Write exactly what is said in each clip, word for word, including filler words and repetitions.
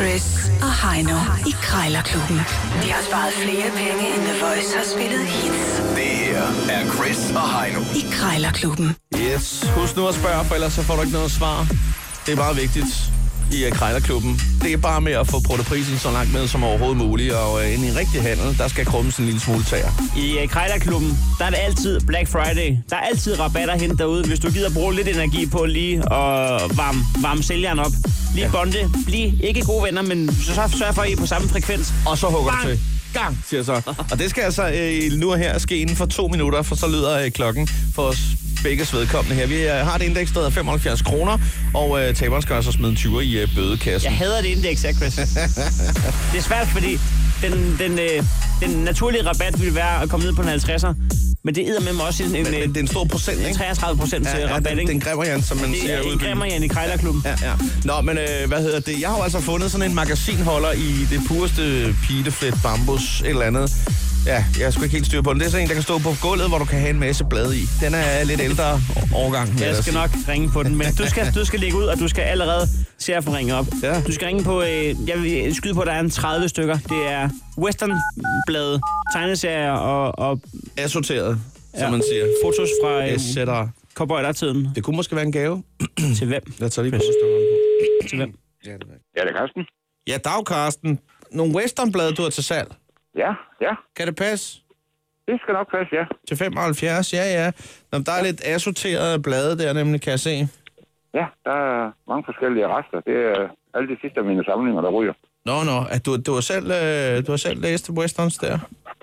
Chris og Heino i Krejlerklubben. De har sparet flere penge, end The Voice har spillet hits. Det her er Chris og Heino i Krejlerklubben. Yes, husk nu at spørge, for ellers så får du ikke noget svar. Det er meget vigtigt i uh, Krejlerklubben. Det er bare med at få prisen så langt ned som overhovedet muligt, og uh, ind i en rigtig handel, der skal krummes en lille smule tager. I uh, Krejlerklubben, der er det altid Black Friday. Der er altid rabatter hen derude, hvis du gider bruge lidt energi på lige at varme, varme sælgeren op. Lige ja. bonde, bliv ikke gode venner, men så sørg for, at I er på samme frekvens. Og så hugger Bang! du til. Gang, siger jeg så. Og det skal altså øh, nu og her ske inden for to minutter, for så lyder øh, klokken for os begge vedkommende her. Vi øh, har et indeks, der hedder femoghalvfjerds kroner, og øh, taberen skal altså smide en tyver i øh, bødekassen. Jeg hader det indeks, ja, Chris. Det er svært, fordi den, den, øh, den naturlige rabat ville være at komme ned på en halvtredser, men det æder med mig også en, en, men, men det er en stor procent, ikke? treogtredive procent ja, ja, rabat, den, ikke? den græmmerjan, som man det siger ude. ud. Det er en græmmerjan i Krejlerklubben. Ja, ja. Nå, men øh, hvad hedder det? Jeg har jo altså fundet sådan en magasinholder i det pureste piteflet bambus, et eller andet. Ja, jeg skulle ikke helt styre på den. Det er sådan en, der kan stå på gulvet, hvor du kan have en masse blade i. Den er lidt ældre årgang. Jeg skal nok ringe på den, men du skal, du skal lægge ud, og du skal allerede se at få ringe op. Ja. Du skal ringe på, øh, jeg vil skyde på, at der er en tredive stykker. Det er westernblade, tegneserier og... og assorteret, ja, som man siger. Fotos fra øh, S Z'er. cowboy-tiden. Det kunne måske være en gave. Til hvem? Jeg tager lige på. Til hvem? Ja, det er Carsten. Ja, dag, Carsten. Nogle westernblade, du har til salg. Ja, ja. Kan det passe? Det skal nok passe, ja. Til femoghalvfjerds, ja, ja. Nå, der er lidt assorterede blade der, nemlig, kan jeg se. Ja, der er mange forskellige rester. Det er alle de sidste af mine samlinger, der ryger. Nå, nå. At du, du, har selv, øh, du har selv læst westerns der?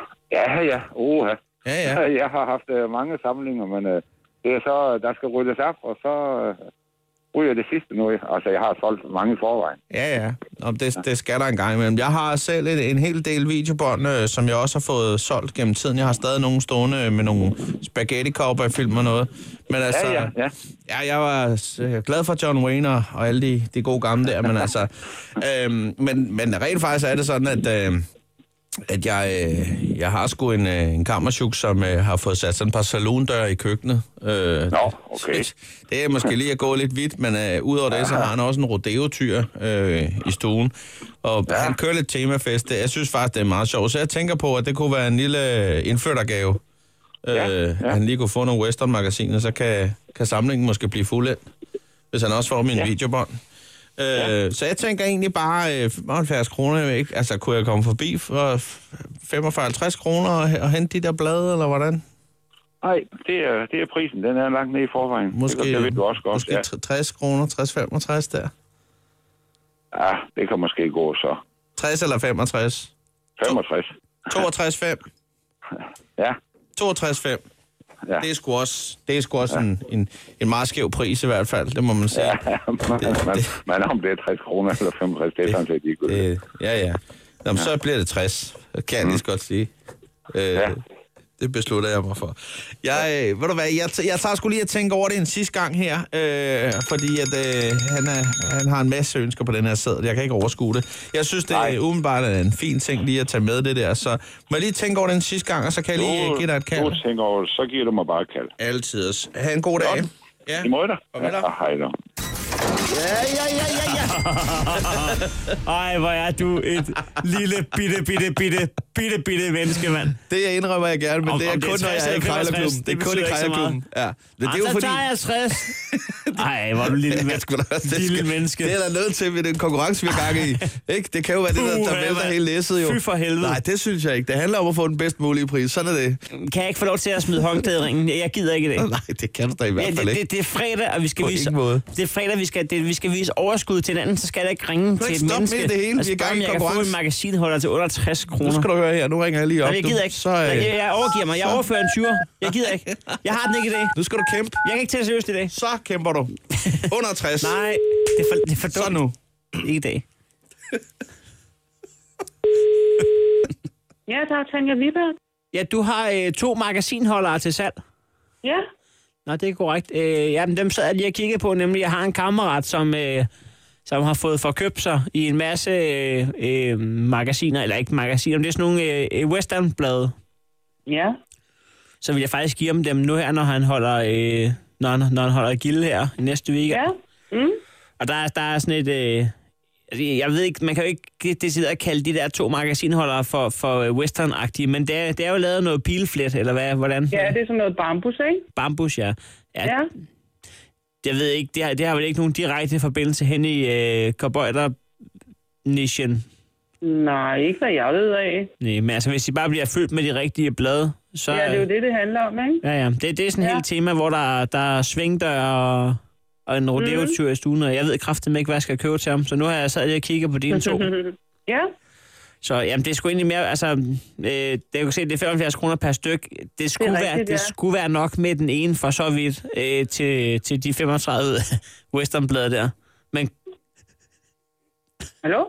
Ja, ja. Oha. Ja, ja. Jeg har haft øh, mange samlinger, men øh, det er så, der skal ryddes op, og så øh, ryger det sidste nu. Altså, jeg har solgt mange i forvejen. Ja, ja. Nå, det, det skal der en gang imellem. Jeg har selv en, en hel del videobånd, øh, som jeg også har fået solgt gennem tiden. Jeg har stadig nogle stående med nogle spaghetti cowboy-film og noget. Men altså, ja, ja, ja. Ja, jeg var øh, glad for John Wayne og, og alle de, de gode gamle der, men altså... øhm, men, men rent faktisk er det sådan, at... Øh, at jeg, øh, jeg har sgu en, øh, en kammerchuk, som øh, har fået sat sådan et par salondøre i køkkenet. Øh, Nå, okay. Det, det er måske lige at gå lidt vidt, men øh, udover det, så har han også en rodeo-tyr øh, i stuen. Og ja. Han kører lidt temafest. Jeg synes faktisk, det er meget sjovt. Så jeg tænker på, at det kunne være en lille indflyttergave. Ja, øh, ja. Han lige kunne få nogle western-magasiner, så kan, kan samlingen måske blive fuldendt, hvis han også får min ja. videobånd. Ja. Øh, så jeg tænker egentlig bare øh, femoghalvfjerds kroner, ikke? Altså, kunne jeg komme forbi for femogfyrre halvtreds kroner og, og hente de der blade, eller hvordan? Nej, det er, det er prisen. Den er langt ned i forvejen. Måske, det, det ved du også godt. Måske ja. tres kroner, tres femogtres der. Ja, det kan måske gå så. tres eller femogtres? femogtres. toogtres komma fem. Ja. toogtres komma fem. Ja. Det er sgu også, det er sgu også ja. en, en, en meget skæv pris i hvert fald, det må man sige. Ja, man, det, man, det, man om det er tres kroner eller femogtres, det er sådan set ligegyldigt. Ja, ja. Nå, ja. Så bliver det tres, kan jeg lige så godt sige. Øh, ja. Det beslutter jeg mig for. Jeg, øh, ved du hvad, jeg, jeg tager sgu lige at tænke over det en sidste gang her, øh, fordi at, øh, han, er, han har en masse ønsker på den her sæd, jeg kan ikke overskue det. Jeg synes, det er umiddelbart en fin ting lige at tage med det der, så må jeg lige tænke over det en sidste gang, og så kan jeg lige du, give dig et kald. Du tænker over det, så giver du mig bare et kald. Altid. Ha' en god dag. Ja. I måde da. Og med dig. Ja, hej da. Ja, ja, ja, ja, ja. Ej, hvor er du et lille, bitte, bitte, bitte, bitte, bitte menneske, mand. Det jeg indrømmer jeg gerne, men om, det er kun, når jeg er i Krejlerklubben. Det er kun i Krejlerklubben. Ja. Men det er jo så fordi... tager jeg tres. Ej, hvor er du lille, ja, lille menneske. Det er der nødt til ved den konkurrence, vi har gang i. Ikke? Det kan jo være det, der, der vælter hele læsset jo. Fy for helvede. Nej, det synes jeg ikke. Det handler om at få den bedst mulige pris. Sådan er det. Kan jeg ikke få lov til at smide håndklædet i ringen? Jeg gider ikke det. Nej, det kan du da i hvert fald ja, det, ikke. det, det er fredag, og vi skal på vise... Det er fredag, vi skal, det, vi skal vise overskud til hinanden, så skal jeg ikke ringe til et menneske. Med det hele. Altså, bare, jeg kan få en magasinholder til otteogtres kroner. Nu skal du høre her. Nu ringer jeg lige op. Nej, jeg gider ikke. Så, øh... jeg, jeg overgiver mig. Jeg så... overfører en tyver. Jeg gider ikke. Jeg har den ikke i dag. Nu skal du kæmpe. Jeg kan ikke tage seriøst i dag. Så kæmper du. Under tres. Nej, det er for, det er for dumt. Så nu. Ikke i dag. Ja, der er Tanja Viberg. Ja, du har øh, to magasinholdere til salg. Ja. Nå, det er korrekt. Øh, ja, dem sad jeg lige og kiggede på, nemlig jeg har en kammerat, som, øh, som har fået forkøbt sig i en masse øh, øh, magasiner, eller ikke magasiner, men det er sådan nogle øh, westernblade. Ja. Så vil jeg faktisk give ham dem nu her, når han holder, øh, når han, når han holder gilde her i næste weekend. Ja. Mm. Og der er, der er sådan et... Øh, Altså, jeg ved ikke, man kan jo ikke decideret kalde de der to magasinholdere for, for western-agtige, men det er, det er jo lavet noget pileflet, eller hvad? Hvordan? Ja, det er sådan noget bambus, ikke? Bambus, ja. ja. Ja. Jeg ved ikke, det har, det har vel ikke nogen direkte forbindelse hen i øh, cowboyder-nichen? Nej, ikke hvad jeg ved af. Nej, men altså, hvis de bare bliver fyldt med de rigtige blade, så... Ja, det er jo det, det handler om, ikke? Ja, ja. Det, det er sådan et Ja. helt tema, hvor der, der er svingdør og, og en rodeo-tur i stuen, og jeg ved kraftedeme ikke, hvad jeg skal købe til ham. Så nu har jeg sad lige og kigget på dine to. Ja. Så jamen, det skulle egentlig mere, altså, øh, det jeg kan se, det er femoghalvfjerds kroner per styk. Det skulle, rigtigt, være, det ja. skulle være nok med den ene for så vidt øh, til, til de femogtredive westernblade der. Men Hallo?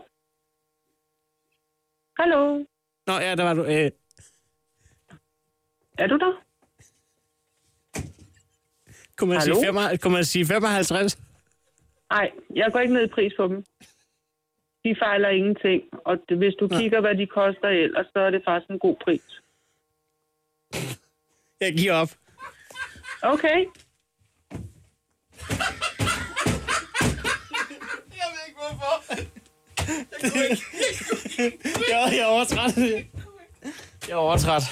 Hallo? nå ja, der var du. Øh, Er du der? kunne, man sige Hallo? fem, kunne man sige femoghalvtreds? Nej, jeg går ikke ned i pris på dem. De fejler ingenting, og det, hvis du kigger, hvad de koster ellers, så er det faktisk en god pris. Jeg giver op. Okay. Jeg ved ikke, hvorfor. Jeg, jeg er overtræt. Jeg er overtræt.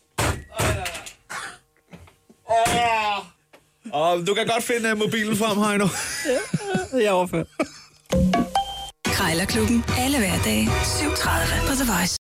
Og du kan godt finde uh, mobilen frem, Heino. Jeg er overført. Krejlerklubben. Alle hverdage. syv tredive på The Voice.